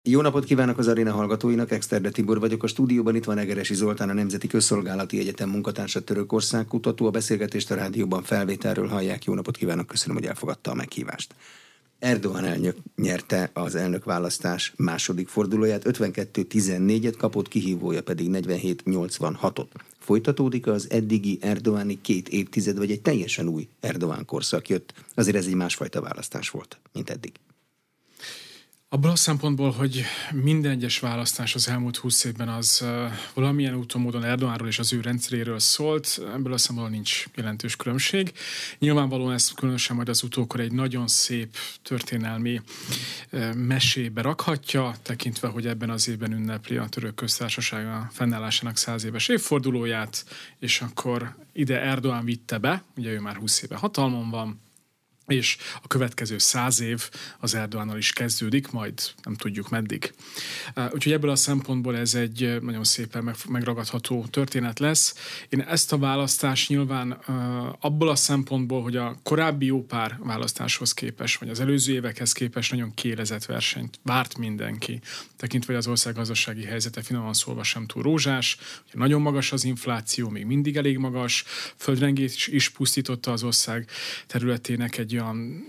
Jó napot kívánok az aréna hallgatóinak, Exterde Tibor vagyok. A stúdióban itt van Egeresi Zoltán, a Nemzeti Közszolgálati Egyetem munkatársa, Törökország kutató. A beszélgetést a rádióban felvételről hallják. Jó napot kívánok, köszönöm, hogy elfogadta a meghívást. Erdoğan elnök nyerte az elnökválasztás második fordulóját, 52-14-et kapott, kihívója pedig 47-86-ot. Folytatódik az eddigi Erdoğani 2 évtized, vagy egy teljesen új Erdoğan korszak jött? Azért ez egy másfajta választás volt, mint eddig. Abból a szempontból, hogy minden egyes választás az elmúlt 20 évben az valamilyen úton, módon Erdoğanról és az ő rendszeréről szólt, ebből a szempontból nincs jelentős különbség. Nyilvánvalóan ez különösen majd az utókor egy nagyon szép történelmi mesébe rakhatja, tekintve, hogy ebben az évben ünnepli a Török Köztársaság a fennállásának 100 éves évfordulóját, és akkor ide Erdoğan vitte be, ugye ő már 20 éve hatalmon van, és a következő 100 év az Erdoğannal is kezdődik, majd nem tudjuk meddig. Úgyhogy ebből a szempontból ez egy nagyon szépen megragadható történet lesz. Én ezt a választást nyilván abból a szempontból, hogy a korábbi jó pár választáshoz képest, vagy az előző évekhez képest nagyon kiélezett versenyt várt mindenki. Tekintve, hogy az ország gazdasági helyzete finoman szólva sem túl rózsás, ugye nagyon magas az infláció, még mindig elég magas, földrengés is pusztította az ország területének egy olyan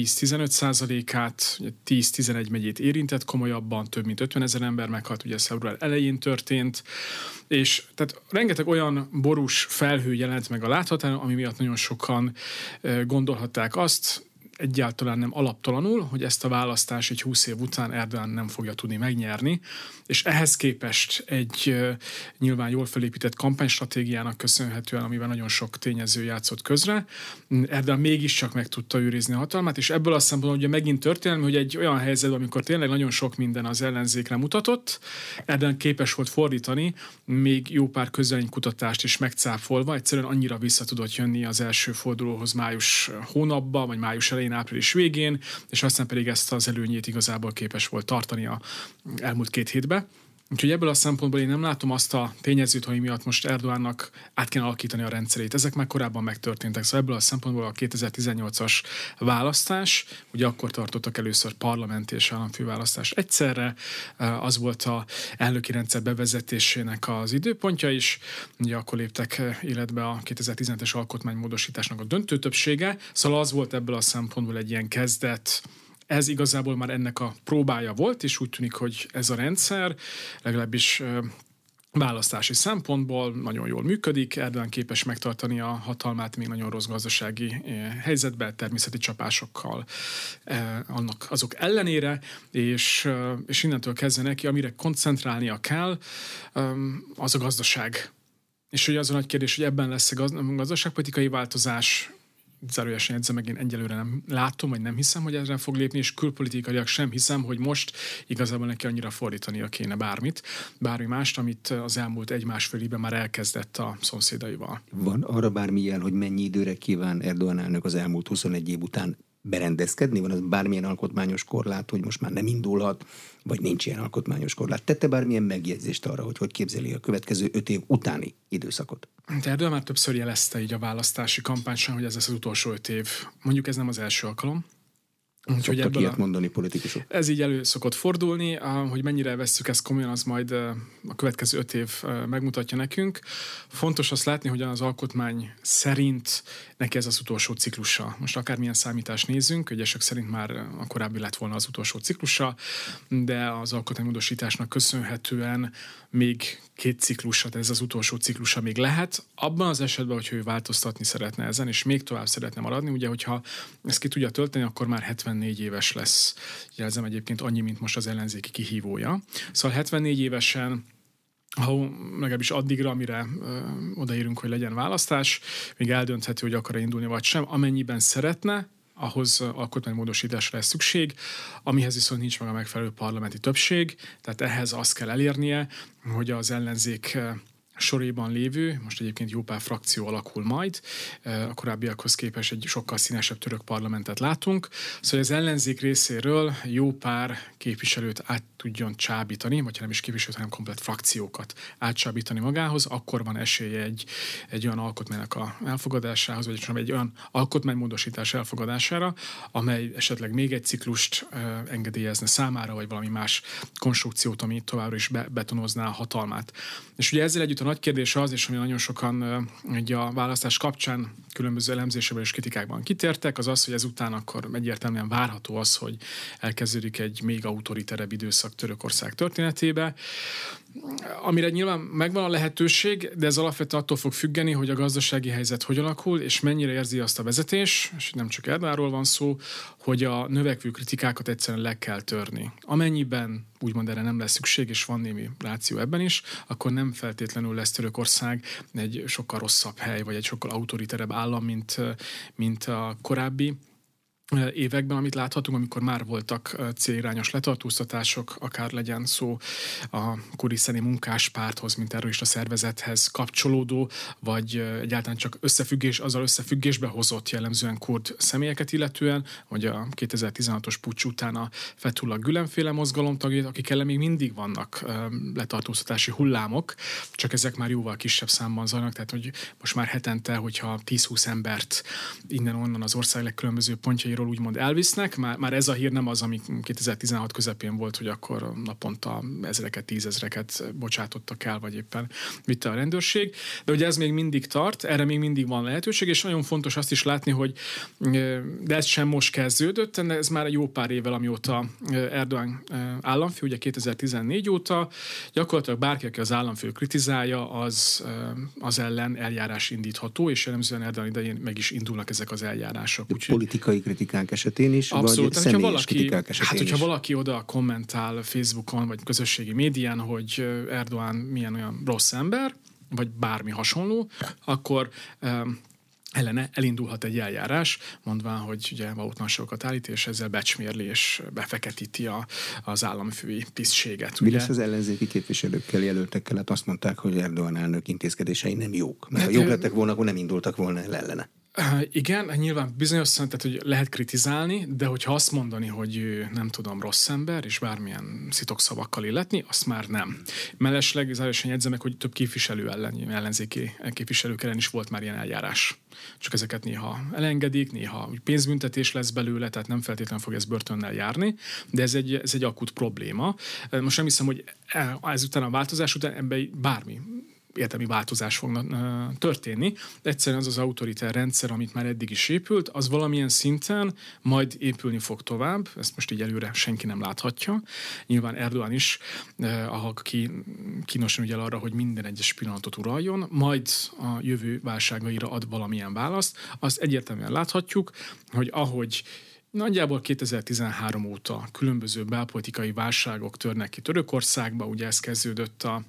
10-15%-át, 10-11 megyét érintett komolyabban, több mint 50 000 ember meghalt, ugye február elején történt, és tehát rengeteg olyan borús felhő jelent meg a láthatáron, ami miatt nagyon sokan gondolhatták azt, egyáltalán nem alaptalanul, hogy ezt a választást egy 20 év után Erdoğan nem fogja tudni megnyerni, és ehhez képest egy nyilván jól felépített kampánystratégiának köszönhetően, amiben nagyon sok tényező játszott közre, Erdoğan mégiscsak meg tudta őrizni a hatalmát, és ebből a szempontból ugye megint történelmi, hogy egy olyan helyzetben, amikor tényleg nagyon sok minden az ellenzékre mutatott, Erdoğan képes volt fordítani, még jó pár közvéleménykutatást is megcáfolva, egyszerűen annyira vissza tudott jönni az első fordulóhoz május hónapban, vagy május elején, április végén, és aztán pedig ezt az előnyét igazából képes volt tartani a elmúlt 2 hétben. Úgyhogy ebből a szempontból én nem látom azt a tényezőt, hogy miatt most Erdoğannak át kéne alakítani a rendszerét. Ezek már korábban megtörténtek. Szóval ebből a szempontból a 2018-as választás, ugye akkor tartottak először parlamenti és államfőválasztást egyszerre, az volt az elnöki rendszer bevezetésének az időpontja is, ugye akkor léptek életbe a 2017-es alkotmánymódosításnak a döntő többsége, szóval az volt ebből a szempontból egy ilyen kezdet. Ez igazából már ennek a próbája volt, és úgy tűnik, hogy ez a rendszer legalábbis választási szempontból nagyon jól működik. Erdoğan képes megtartani a hatalmát még nagyon rossz gazdasági helyzetben, természeti csapásokkal azok ellenére, és innentől kezdve neki, amire koncentrálnia kell, az a gazdaság. És ugye az a nagy kérdés, hogy ebben lesz gazdaságpolitikai változás, zárójelesen jegyzem meg, én egyelőre nem látom, vagy nem hiszem, hogy ezzel fog lépni, és külpolitikailag sem hiszem, hogy most igazából neki annyira fordítania kéne bármi mást, amit az elmúlt 1-1,5 évben már elkezdett a szomszédaival. Van arra bármi jel, hogy mennyi időre kíván Erdoğan elnök az elmúlt 21 év után berendezkedni? Van az bármilyen alkotmányos korlát, hogy most már nem indulhat, vagy nincs ilyen alkotmányos korlát? Tette bármilyen megjegyzést arra, hogy képzeli a következő 5 év utáni időszakot? Erdoğan már többször jelezte így a választási kampány sem, hogy ez lesz az utolsó 5 év. Mondjuk ez nem az első alkalom. Szoktak ilyet mondani politikusok. Ez így elő szokott fordulni, hogy mennyire vesszük ezt komolyan, az majd a következő 5 év megmutatja nekünk. Fontos azt látni, hogy az alkotmány szerint neki ez az utolsó ciklusa. Most akármilyen számítást nézzünk, egyesek szerint már a korábbi lett volna az utolsó ciklusa, de az alkotmánymódosításnak köszönhetően még 2 ciklusa, tehát ez az utolsó ciklusa még lehet. Abban az esetben, hogy ő változtatni szeretne ezen, és még tovább szeretne maradni, ugye, hogyha ezt ki tudja tölteni, akkor már 74 éves lesz. Jelzem egyébként annyi, mint most az ellenzéki kihívója. Szóval 74 évesen, ha legalábbis addigra, amire odaérünk, hogy legyen választás, még eldöntheti, hogy akar indulni vagy sem. Amennyiben szeretne, ahhoz alkotmánymódosításra lesz szükség, amihez viszont nincs meg a megfelelő parlamenti többség, tehát ehhez azt kell elérnie, hogy az ellenzék sorében lévő, most egyébként jó pár frakció alakul majd, a korábbiakhoz képest egy sokkal színesebb török parlamentet látunk, szóval az ellenzék részéről jó pár képviselőt át tudjon csábítani, vagy nem is képviselőt, hanem komplet frakciókat átcsábítani magához, akkor van esélye egy olyan alkotmánynak a elfogadásához, vagy egy olyan alkotmánymódosítás elfogadására, amely esetleg még egy ciklust engedélyezne számára, vagy valami más konstrukciót, ami továbbra is betonozná a hatalmát. És ugye ezzel együtt a nagy kérdés az, és ami nagyon sokan ugye a választás kapcsán különböző elemzésében és kritikákban kitértek, az az, hogy ezután akkor egyértelműen várható az, hogy elkezdődik egy még autoriterebb időszak Törökország történetébe, amire nyilván megvan a lehetőség, de ez alapvetően attól fog függeni, hogy a gazdasági helyzet hogy alakul, és mennyire érzi azt a vezetés, és nem csak Erdoğanról van szó, hogy a növekvő kritikákat egyszerűen le kell törni. Amennyiben úgymond erre nem lesz szükség, és van némi ráció ebben is, akkor nem feltétlenül lesz Törökország egy sokkal rosszabb hely, vagy egy sokkal autoriterebb állam, mint a korábbi években, amit láthatunk, amikor már voltak célirányos letartóztatások, akár legyen szó a kurdisztáni munkáspárthoz, mint terrorista szervezethez kapcsolódó, vagy egyáltalán csak azzal összefüggésbe hozott jellemzően kurd személyeket illetően, vagy a 2016-os puccs után a Fethullah Gülen-féle mozgalom tagjait, akik ellen még mindig vannak letartóztatási hullámok, csak ezek már jóval kisebb számban zajlanak, tehát hogy most már hetente, hogyha 10-20 embert innen-onnan az ország legkülönböző pontjairól úgymond elvisznek. Már ez a hír nem az, ami 2016 közepén volt, hogy akkor naponta ezreket, tízezreket bocsátottak el, vagy éppen vitte a rendőrség. De ugye ez még mindig tart, erre még mindig van lehetőség, és nagyon fontos azt is látni, hogy de ez sem most kezdődött, ez már egy jó pár évvel, amióta Erdoğan államfő, ugye 2014 óta, gyakorlatilag bárki, aki az államfő kritizálja, az ellen eljárás indítható, és jellemzően Erdoğan idején meg is indulnak ezek az eljárások. Úgyhogy politikai kritikák esetén is, abszolút, vagy személyes kritikák esetén hát, hogyha is. valaki oda kommentál Facebookon, vagy közösségi médián, hogy Erdoğan milyen olyan rossz ember, vagy bármi hasonló, akkor ellene elindulhat egy eljárás, mondván, hogy ugye valótlanságokat állít, és ezzel becsmérli és befeketíti az államfői tisztséget. Mi lesz az ellenzéki képviselőkkel, jelöltekkel? Hát azt mondták, hogy Erdoğan elnök intézkedései nem jók. Mert ha jók lettek volna, akkor nem indultak volna el ellene. Igen, nyilván bizonyos szintet, hogy lehet kritizálni, de hogyha azt mondani, hogy ő nem tudom, rossz ember, és bármilyen szitokszavakkal illetni, azt már nem. Mellesleg zárójelesen jegyzem meg, hogy több képviselő ellenzéki képviselők ellen is volt már ilyen eljárás. Csak ezeket néha elengedik, néha pénzbüntetés lesz belőle, tehát nem feltétlenül fog ez börtönnel járni, de ez egy akut probléma. Most nem hiszem, hogy ezután a változás után ebben bármi értelmi változás fognak történni. Egyszerűen az autoriter rendszer, amit már eddig is épült, az valamilyen szinten majd épülni fog tovább, ezt most így előre senki nem láthatja. Nyilván Erdoğan is, aki kínosan ügyel arra, hogy minden egyes pillanatot uraljon, majd a jövő válságaira ad valamilyen választ. Azt egyértelműen láthatjuk, hogy ahogy nagyjából 2013 óta különböző belpolitikai válságok törnek ki Törökországba, ugye ez kezdődött a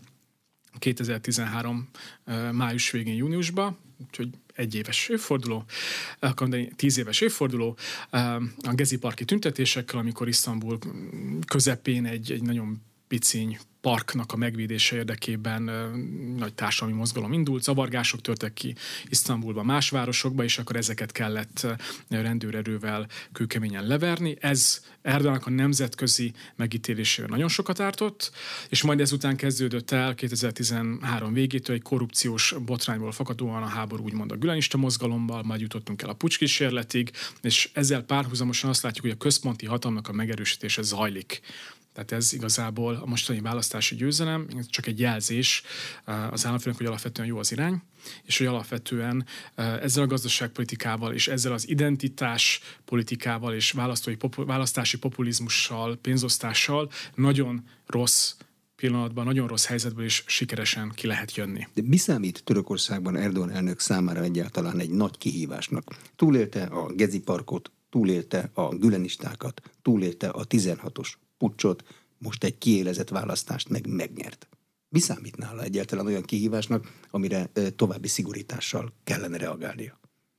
2013 május végén, júniusban, úgyhogy 1 éves évforduló, 10 éves évforduló, a Gezi parki tüntetésekkel, amikor Isztambul közepén egy nagyon piciny parknak a megvédése érdekében nagy társadalmi mozgalom indult, zavargások törtek ki Isztambulban, más városokba, és akkor ezeket kellett rendőrerővel kőkeményen leverni. Ez Erdoğannak a nemzetközi megítélésével nagyon sokat ártott, és majd ezután kezdődött el 2013 végétől egy korrupciós botrányból fakadóan a háború úgymond a gülenista mozgalommal, majd jutottunk el a pucskísérletig, és ezzel párhuzamosan azt látjuk, hogy a központi hatalomnak a megerősítése zajlik. Tehát ez igazából a mostani választási győzelem, csak egy jelzés az államfőnek, hogy alapvetően jó az irány, és hogy alapvetően ezzel a gazdaságpolitikával és ezzel az identitás politikával és választási populizmussal, pénzosztással nagyon rossz pillanatban, nagyon rossz helyzetből is sikeresen ki lehet jönni. De mi számít Törökországban Erdoğan elnök számára egyáltalán egy nagy kihívásnak? Túlélte a Gezi parkot, túlélte a gülenistákat, túlélte a 16-os puccsot, most egy kiélezett választást megnyert. Mi számít nála egyáltalán olyan kihívásnak, amire további szigorítással kellene reagálnia?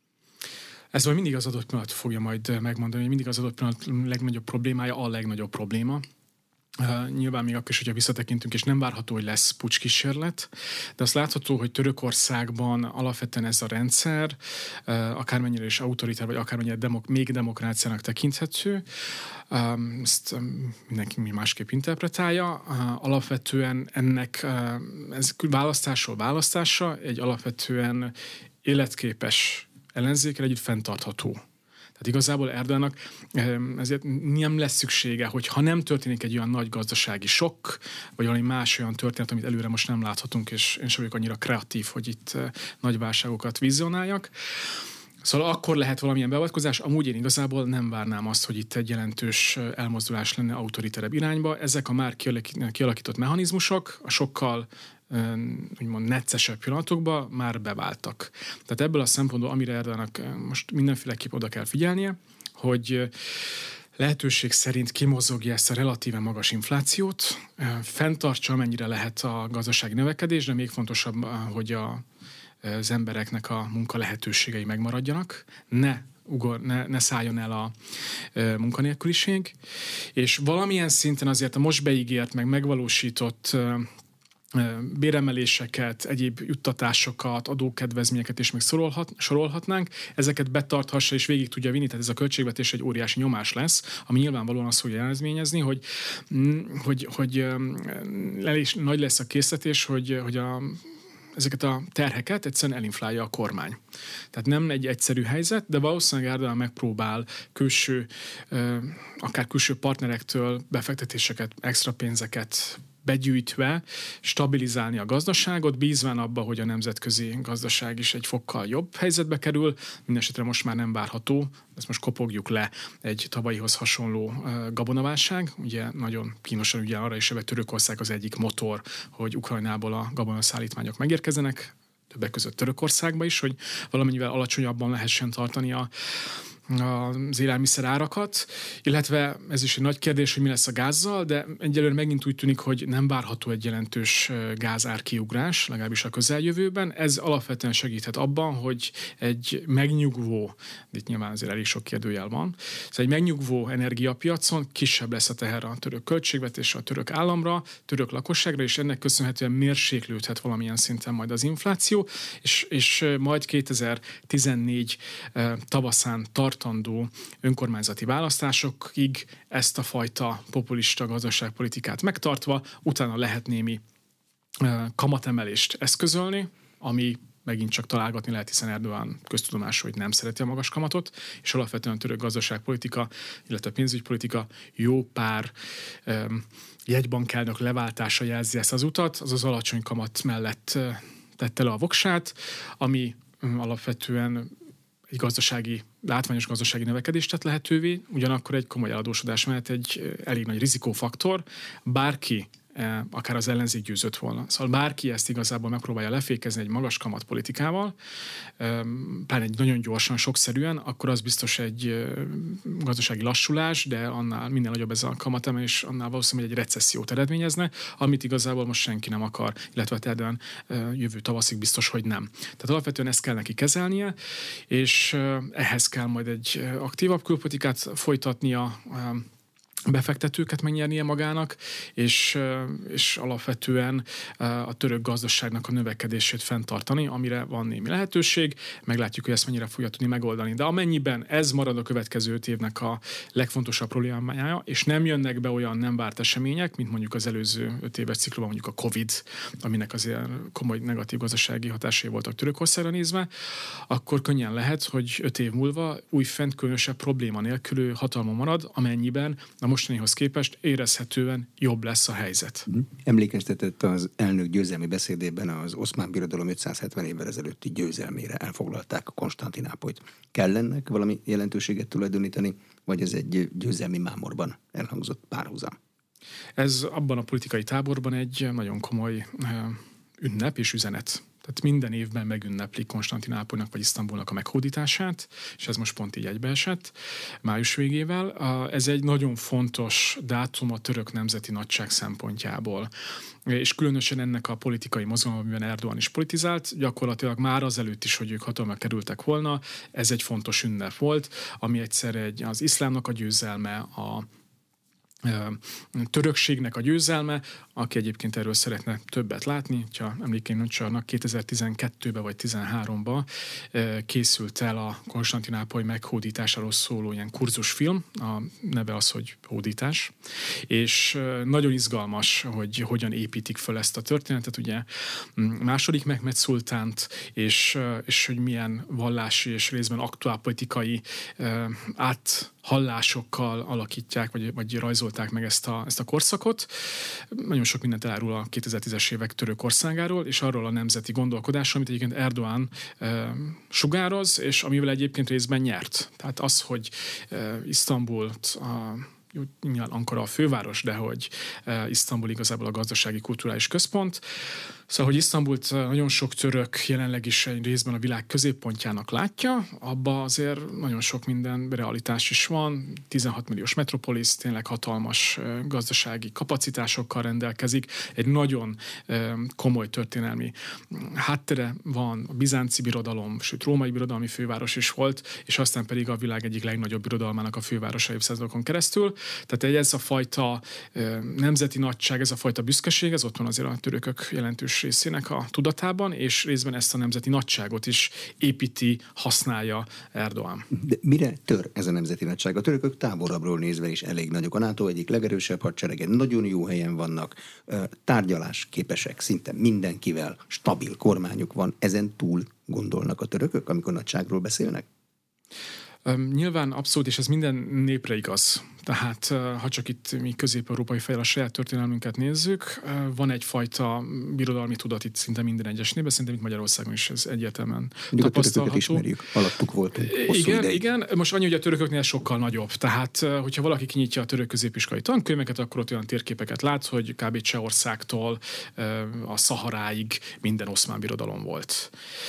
Ez majd mindig az adott pillanat fogja majd megmondani, hogy mindig az adott pillanat legnagyobb problémája a legnagyobb probléma. Nyilván még akkor is, hogyha visszatekintünk, és nem várható, hogy lesz pucskísérlet, de azt látható, hogy Törökországban alapvetően ez a rendszer, akármennyire is autoritár, vagy akármennyire még demokráciának tekinthető, ezt mindenki másképp interpretálja. Alapvetően ennek ez választásról választásra egy alapvetően életképes ellenzékkel együtt fenntartható. Tehát igazából Erdoğannak ezért nem lesz szüksége, hogy ha nem történik egy olyan nagy gazdasági sokk, vagy valami más olyan történet, amit előre most nem láthatunk, és én sem vagyok annyira kreatív, hogy itt nagy válságokat vizionáljak. Szóval akkor lehet valamilyen beavatkozás, amúgy én igazából nem várnám azt, hogy itt egy jelentős elmozdulás lenne autoriterebb irányba. Ezek a már kialakított mechanizmusok a sokkal úgymond neccesebb pillanatokban már beváltak. Tehát ebből a szempontból, amire Erdoğannak most mindenféleképp oda kell figyelnie, hogy lehetőség szerint kimozogja ezt a relatíve magas inflációt, fenntartsa amennyire lehet a gazdasági növekedés, de még fontosabb, hogy az embereknek a munka lehetőségei megmaradjanak, ne szálljon el a munkanélküliség, és valamilyen szinten azért a most beígért, meg megvalósított béremeléseket, egyéb juttatásokat, adókedvezményeket is még sorolhatnánk, ezeket betarthassa és végig tudja vinni, tehát ez a költségvetés egy óriási nyomás lesz, ami nyilvánvalóan azt fogja jelezményezni, hogy nagy lesz a készletés, hogy ezeket a terheket egyszerűen elinflálja a kormány. Tehát nem egy egyszerű helyzet, de valószínűleg Erdoğan megpróbál akár külső partnerektől befektetéseket, extra pénzeket begyűjtve stabilizálni a gazdaságot, bízván abba, hogy a nemzetközi gazdaság is egy fokkal jobb helyzetbe kerül. Mindenesetre most már nem várható, ezt most kopogjuk le, egy tavalyihoz hasonló gabonaválság. Ugye nagyon kínosan ugye arra is, hogy Törökország az egyik motor, hogy Ukrajnából a gabonaszállítmányok megérkezzenek, többek között Törökországba is, hogy valamennyivel alacsonyabban lehessen tartani az élelmiszer árakat, illetve ez is egy nagy kérdés, hogy mi lesz a gázzal, de egyelőre megint úgy tűnik, hogy nem várható egy jelentős gázárkiugrás, legalábbis a közeljövőben. Ez alapvetően segíthet abban, hogy egy megnyugvó, de itt nyilván azért elég sok kérdőjel van, szóval egy megnyugvó energiapiacon kisebb lesz a teher a török költségvetésre, a török államra, török lakosságra, és ennek köszönhetően mérséklődhet valamilyen szinten majd az infláció, és majd 2014 tavaszán tartandó önkormányzati választásokig ezt a fajta populista gazdaságpolitikát megtartva, utána lehet némi kamatemelést eszközölni, ami megint csak találgatni lehet, hiszen Erdoğan köztudomású, hogy nem szereti a magas kamatot, és alapvetően a török gazdaságpolitika, illetve a pénzügypolitika jó pár jegybankelnök leváltása jelzi ezt az utat, az az alacsony kamat mellett tette le a voksát, ami alapvetően egy látványos gazdasági növekedést tett lehetővé, ugyanakkor egy komoly eladósodás mellett egy elég nagy rizikófaktor, bárki akár az ellenzék győzött volna. Szóval bárki ezt igazából megpróbálja lefékezni egy magas kamatpolitikával, pláne egy nagyon gyorsan, sokszerűen, akkor az biztos egy gazdasági lassulás, de annál minél nagyobb ez a kamatemelés, annál valószínűleg egy recessziót eredményezne, amit igazából most senki nem akar, illetve Erdoğan jövő tavaszig biztos, hogy nem. Tehát alapvetően ezt kell neki kezelnie, és ehhez kell majd egy aktívabb külpolitikát folytatnia, befektetőket megnyernie magának, és alapvetően a török gazdaságnak a növekedését fenntartani, amire van némi lehetőség. Meglátjuk, hogy ezt mennyire fogja tudni megoldani. De amennyiben ez marad a következő 5 évnek a legfontosabb problémája, és nem jönnek be olyan nem várt események, mint mondjuk az előző 5 éves ciklusban mondjuk a Covid, aminek azért komoly negatív gazdasági hatásai voltak Törökországra nézve, akkor könnyen lehet, hogy 5 év múlva újfent különösebb probléma nélkül hatalma marad, amennyiben a mostanihoz képest érezhetően jobb lesz a helyzet. Emlékeztetett az elnök győzelmi beszédében az Oszmán Birodalom 570 évvel ezelőtti győzelmére, elfoglalták a Konstantinápolyt. Kell ennek valami jelentőséget tulajdonítani, vagy ez egy győzelmi mámorban elhangzott párhuzam? Ez abban a politikai táborban egy nagyon komoly ünnep és üzenet. Tehát minden évben megünneplik Konstantinápolynak vagy Isztambulnak a meghódítását, és ez most pont így egybeesett május végével. Ez egy nagyon fontos dátum a török nemzeti nagyság szempontjából. És különösen ennek a politikai mozgalom, amiben Erdoğan is politizált, gyakorlatilag már azelőtt is, hogy ők hatalomra kerültek volna, ez egy fontos ünnep volt, ami egyszer az iszlámnak a győzelme, törökségnek a győzelme, aki egyébként erről szeretne többet látni, ha emlékeim nem csalnak, 2012-ben vagy 2013-ban készült el a Konstantinápoly meghódításáról szóló ilyen kurzusfilm, a neve az, hogy Hódítás, és nagyon izgalmas, hogy hogyan építik föl ezt a történetet, ugye második Mehmed szultánt, és hogy milyen vallási és részben aktuálpolitikai áthallásokkal alakítják, vagy rajzolták meg ezt a korszakot. Nagyon sok mindent elárul a 2010-es évek Törökországáról, és arról a nemzeti gondolkodásról, amit egyébként Erdoğan sugároz, és amivel egyébként részben nyert. Tehát az, hogy Isztambult nyilván Ankara a főváros, de hogy Isztambul igazából a gazdasági kulturális központ. Szóval, hogy Isztambult nagyon sok török jelenleg is egy részben a világ középpontjának látja, abban azért nagyon sok minden realitás is van. 16 milliós metropolis, tényleg hatalmas gazdasági kapacitásokkal rendelkezik. Egy nagyon komoly történelmi háttere van, a bizánci birodalom, sőt római birodalmi főváros is volt, és aztán pedig a világ egyik legnagyobb birodalmának a fővárosa évszázadokon keresztül. Tehát ez a fajta nemzeti nagyság, ez a fajta büszkeség, ez ott van azért a törökök jelentős részének a tudatában, és részben ezt a nemzeti nagyságot is építi, használja Erdoğan. De mire tör ez a nemzeti nagyság? A törökök távolabbról nézve is elég nagyok. A NATO egyik legerősebb hadserege, nagyon jó helyen vannak, tárgyalásképesek szinte mindenkivel, stabil kormányuk van. Ezen túl gondolnak a törökök, amikor nagyságról beszélnek? Nyilván abszolút, és ez minden népre igaz. Tehát ha csak itt mi közép-európai fejjel a saját történelmünket nézzük, van egyfajta birodalmi tudat itt szinte minden egyes népben, szerintem itt Magyarországon is ez egyértelműen tapasztalható. Ismerjük, alattuk voltunk hosszú ideig. Igen, most annyi, hogy a törököknél sokkal nagyobb. Tehát, hogyha valaki kinyitja a török középiskolai tankönyveket, akkor ott olyan térképeket lát, hogy kb. Csehországtól a Szaharáig minden oszmán birodalom volt.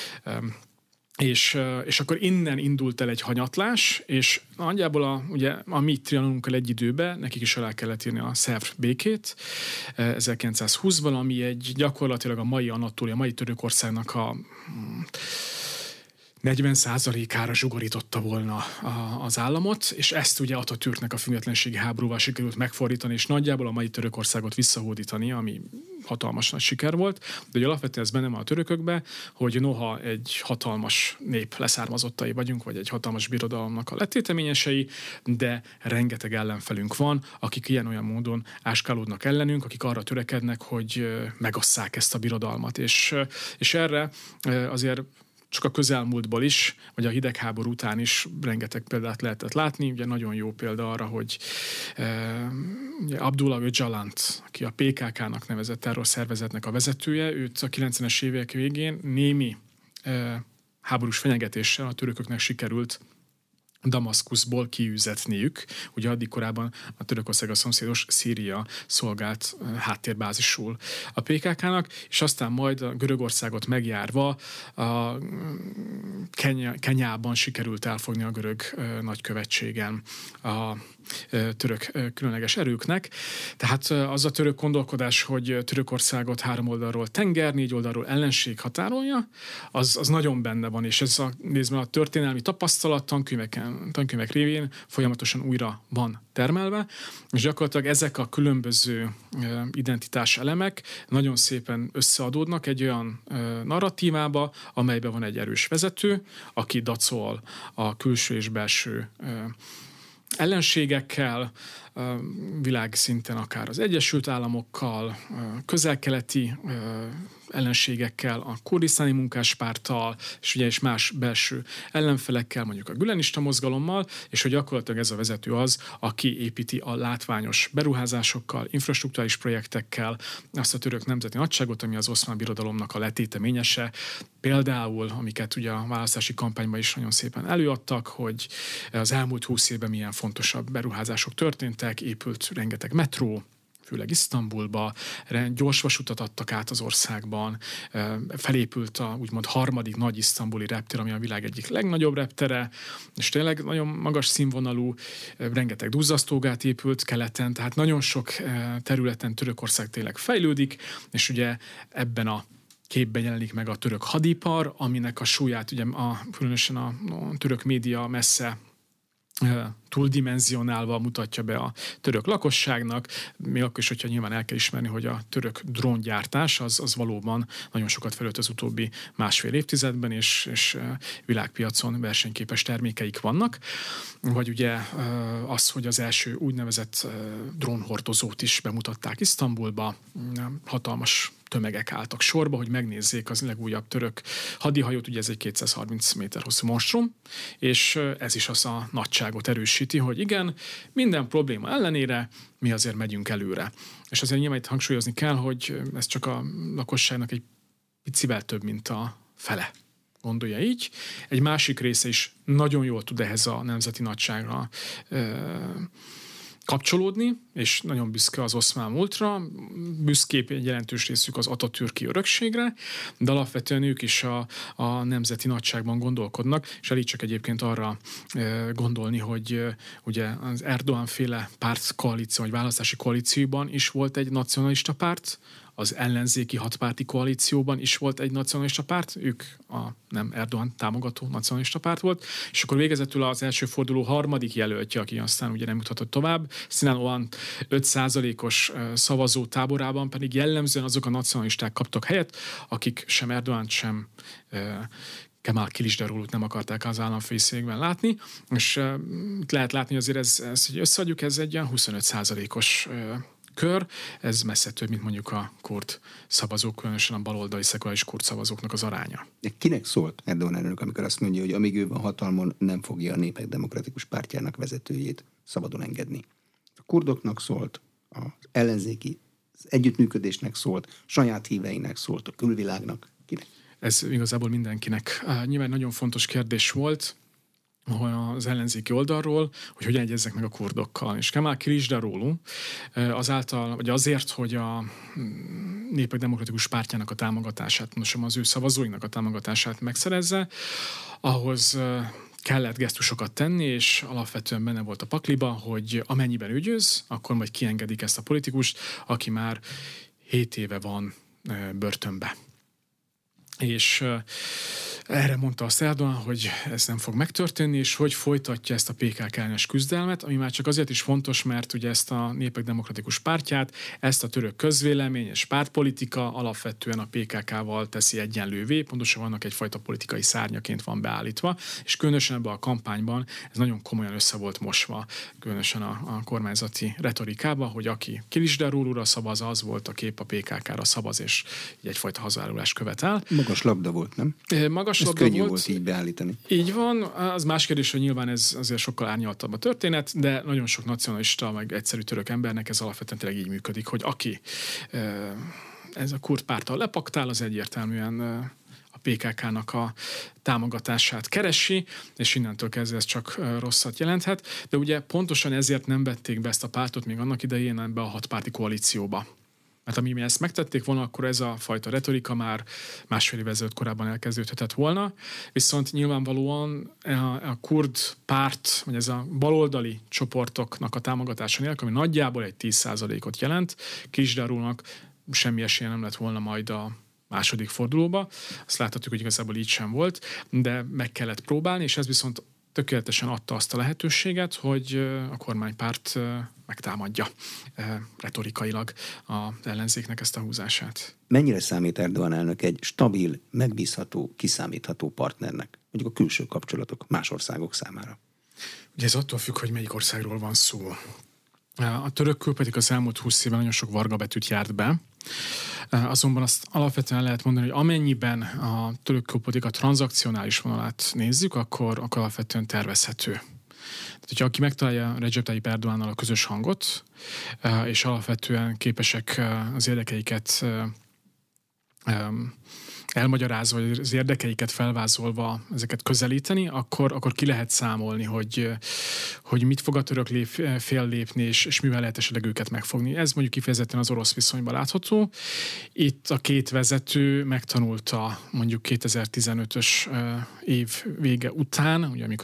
És akkor innen indult el egy hanyatlás, és nagyjából ugye a mi trianonunkkal egy időben nekik is alá kellett írni a szerb békét 1920-ban, ami egy gyakorlatilag a mai Anatólia, a mai Törökországnak a 40%-ára zsugorította volna az államot, és ezt ugye Atatürknek a függetlenségi háborúval sikerült megfordítani, és nagyjából a mai Törökországot visszahódítani, ami hatalmas nagy siker volt. De ugye alapvetően ez benne van a törökökben, hogy noha egy hatalmas nép leszármazottai vagyunk, vagy egy hatalmas birodalomnak a letéteményesei, de rengeteg ellenfelünk van, akik ilyen-olyan módon áskálódnak ellenünk, akik arra törekednek, hogy megosszák ezt a birodalmat. És erre azért csak a közelmúltból is, vagy a hidegháború után is rengeteg példát lehetett látni. Ugye nagyon jó példa arra, hogy Abdullah Öcalant, aki a PKK-nak nevezett terrorszervezetnek a vezetője, őt a 90-es évek végén némi háborús fenyegetéssel a törököknek sikerült Damaszkuszból kiüzetniük. Ugye addig korábban a Törökország a szomszédos Szíria szolgált háttérbázisul a PKK-nak, és aztán majd a Görögországot megjárva a Kenyában sikerült elfogni a görög nagykövetségen a török különleges erőknek. Tehát az a török gondolkodás, hogy Törökországot 3 oldalról tenger, 4 oldalról ellenség határolja, az nagyon benne van, és ez nézve a történelmi tapasztalat tankönyvek révén folyamatosan újra van termelve, és gyakorlatilag ezek a különböző identitás elemek nagyon szépen összeadódnak egy olyan narratívába, amelyben van egy erős vezető, aki dacol a külső és belső ellenségekkel, világszinten akár az Egyesült Államokkal, közel-keleti ellenségekkel, a kurdisztáni munkáspárttal, és ugye is más belső ellenfelekkel, mondjuk a gülenista mozgalommal, és hogy gyakorlatilag ez a vezető az, aki építi a látványos beruházásokkal, infrastrukturális projektekkel azt a török nemzeti nagyságot, ami az oszmán birodalomnak a letéteményese. Például, amiket ugye a választási kampányban is nagyon szépen előadtak, hogy az elmúlt 20 évben milyen fontosabb beruházások történtek, épült rengeteg metró, főleg Isztambulba, gyorsvasutat adtak át az országban, felépült a úgymond harmadik nagy isztambuli reptér, ami a világ egyik legnagyobb reptere, és tényleg nagyon magas színvonalú, rengeteg duzzasztógát épült keleten, tehát nagyon sok területen Törökország tényleg fejlődik, és ugye ebben a képben jelenik meg a török hadipar, aminek a súlyát ugye különösen a török média messze túldimenzionálva mutatja be a török lakosságnak, még akkor is, hogyha nyilván el kell ismerni, hogy a török dróngyártás az valóban nagyon sokat fejlődött az utóbbi másfél évtizedben, és világpiacon versenyképes termékeik vannak. Vagy ugye az, hogy az első úgynevezett drónhordozót is bemutatták Isztambulba, hatalmas tömegek álltak sorba, hogy megnézzék az legújabb török hadihajót, ugye ez egy 230 méter hosszú monstrum, és ez is az a nagyságot erősíti, hogy igen, minden probléma ellenére mi azért megyünk előre. És azért nyilván itt hangsúlyozni kell, hogy ez csak a lakosságnak egy picivel több, mint a fele. Gondolja így. Egy másik része is nagyon jól tud ehhez a nemzeti nagyságra kapcsolódni, és nagyon büszke az oszmán múltra, büszképp egy jelentős részük az atatürki örökségre, de alapvetően ők is a nemzeti nagyságban gondolkodnak, és elég csak egyébként arra gondolni, hogy ugye az Erdoğan-féle pártkoalíció, vagy választási koalícióban is volt egy nacionalista párt, az ellenzéki hatpárti koalícióban is volt egy nacionalista párt, ők a nem Erdoğan támogató nacionalista párt volt, és akkor végezetül az első forduló harmadik jelöltje, aki aztán ugye nem juthatott tovább, Sinan Oğan 5%-os szavazó táborában pedig jellemzően azok a nacionalisták kaptak helyet, akik sem Erdoğant, sem Kemal Kılıçdaroğlu't nem akarták az államfőszékben látni, és itt lehet látni, hogy azért ez hogy összeadjuk, ez egy olyan 25%-os kör, ez messze több, mint mondjuk a kurd szavazók, különösen a baloldali szekuláris kurd szavazóknak az aránya. De kinek szólt Erdoğan elnök, amikor azt mondja, hogy amíg ő van hatalmon, nem fogja a Népek Demokratikus Pártjának vezetőjét szabadon engedni? A kurdoknak szólt, az ellenzéki az együttműködésnek szólt, saját híveinek szólt, a külvilágnak. Kinek? Ez igazából mindenkinek. Nyilván nagyon fontos kérdés volt, az ellenzéki oldalról, hogy hogyan egyezzek meg a kurdokkal. És Kemal Kılıçdaroğlu azáltal, vagy azért, hogy a Népek Demokratikus Pártjának a támogatását, pontosan az ő szavazóinak a támogatását megszerezze, ahhoz kellett gesztusokat tenni, és alapvetően benne volt a pakliba, hogy amennyiben ő győz, akkor majd kiengedik ezt a politikust, aki már 7 éve van börtönbe. És erre mondta azt Erdoğan, hogy ez nem fog megtörténni, és hogy folytatja ezt a PKK ellenes küzdelmet, ami már csak azért is fontos, mert ugye ezt a Népek Demokratikus Pártját, ezt a török közvélemény és pártpolitika alapvetően a PKK-val teszi egyenlővé, pontosan vannak egyfajta politikai szárnyaként van beállítva, és különösen ebben a kampányban ez nagyon komolyan össze volt mosva, különösen a kormányzati retorikában, hogy aki Kılıçdaroğlu'ra szavaz, az volt a kép, a PKK-ra szavaz, és így egyfajta hazaárulást követel. Magas labda volt, nem? Magas ez labda könnyű volt így beállítani. Így van, az más kérdés, hogy nyilván ez azért sokkal árnyaltabb a történet, de nagyon sok nacionalista, meg egyszerű török embernek ez alapvetően tényleg így működik, hogy aki ez a kurd párttal lepaktál, az egyértelműen a PKK-nak a támogatását keresi, és innentől kezdve ez csak rosszat jelenthet. De ugye pontosan ezért nem vették be ezt a pártot még annak idején ebbe a hatpárti koalícióba. Mert ami ezt megtették volna, akkor ez a fajta retorika már másfél évvel ezelőtt korábban elkezdődhetett volna, viszont nyilvánvalóan a kurd párt, vagy ez a baloldali csoportoknak a támogatása nélkül, ami nagyjából egy 10%-ot jelent, Kılıçdaroğlu'nak semmi esélye nem lett volna majd a második fordulóba. Azt láthatjuk, hogy igazából így sem volt, de meg kellett próbálni, és ez viszont tökéletesen adta azt a lehetőséget, hogy a kormánypárt megtámadja retorikailag az ellenzéknek ezt a húzását. Mennyire számít Erdoğan elnök egy stabil, megbízható, kiszámítható partnernek, mondjuk a külső kapcsolatok más országok számára? Ugye ez attól függ, hogy melyik országról van szó. A török külpolitika az elmúlt 20 évben nagyon sok varga betűt járt be, azonban azt alapvetően lehet mondani, hogy amennyiben a török külpolitika tranzakcionális vonalát nézzük, akkor alapvetően tervezhető. Tehát, hogyha aki megtalálja Recep Tayyip Erdoğannal a közös hangot, és alapvetően képesek az érdekeiket elmagyarázva, vagy az érdekeiket felvázolva ezeket közelíteni, akkor ki lehet számolni, hogy mit fog a török fél lépni, és mivel lehet esetleg őket megfogni. Ez mondjuk kifejezetten az orosz viszonyban látható. Itt a két vezető megtanulta mondjuk 2015-ös év vége után, ugye amikor a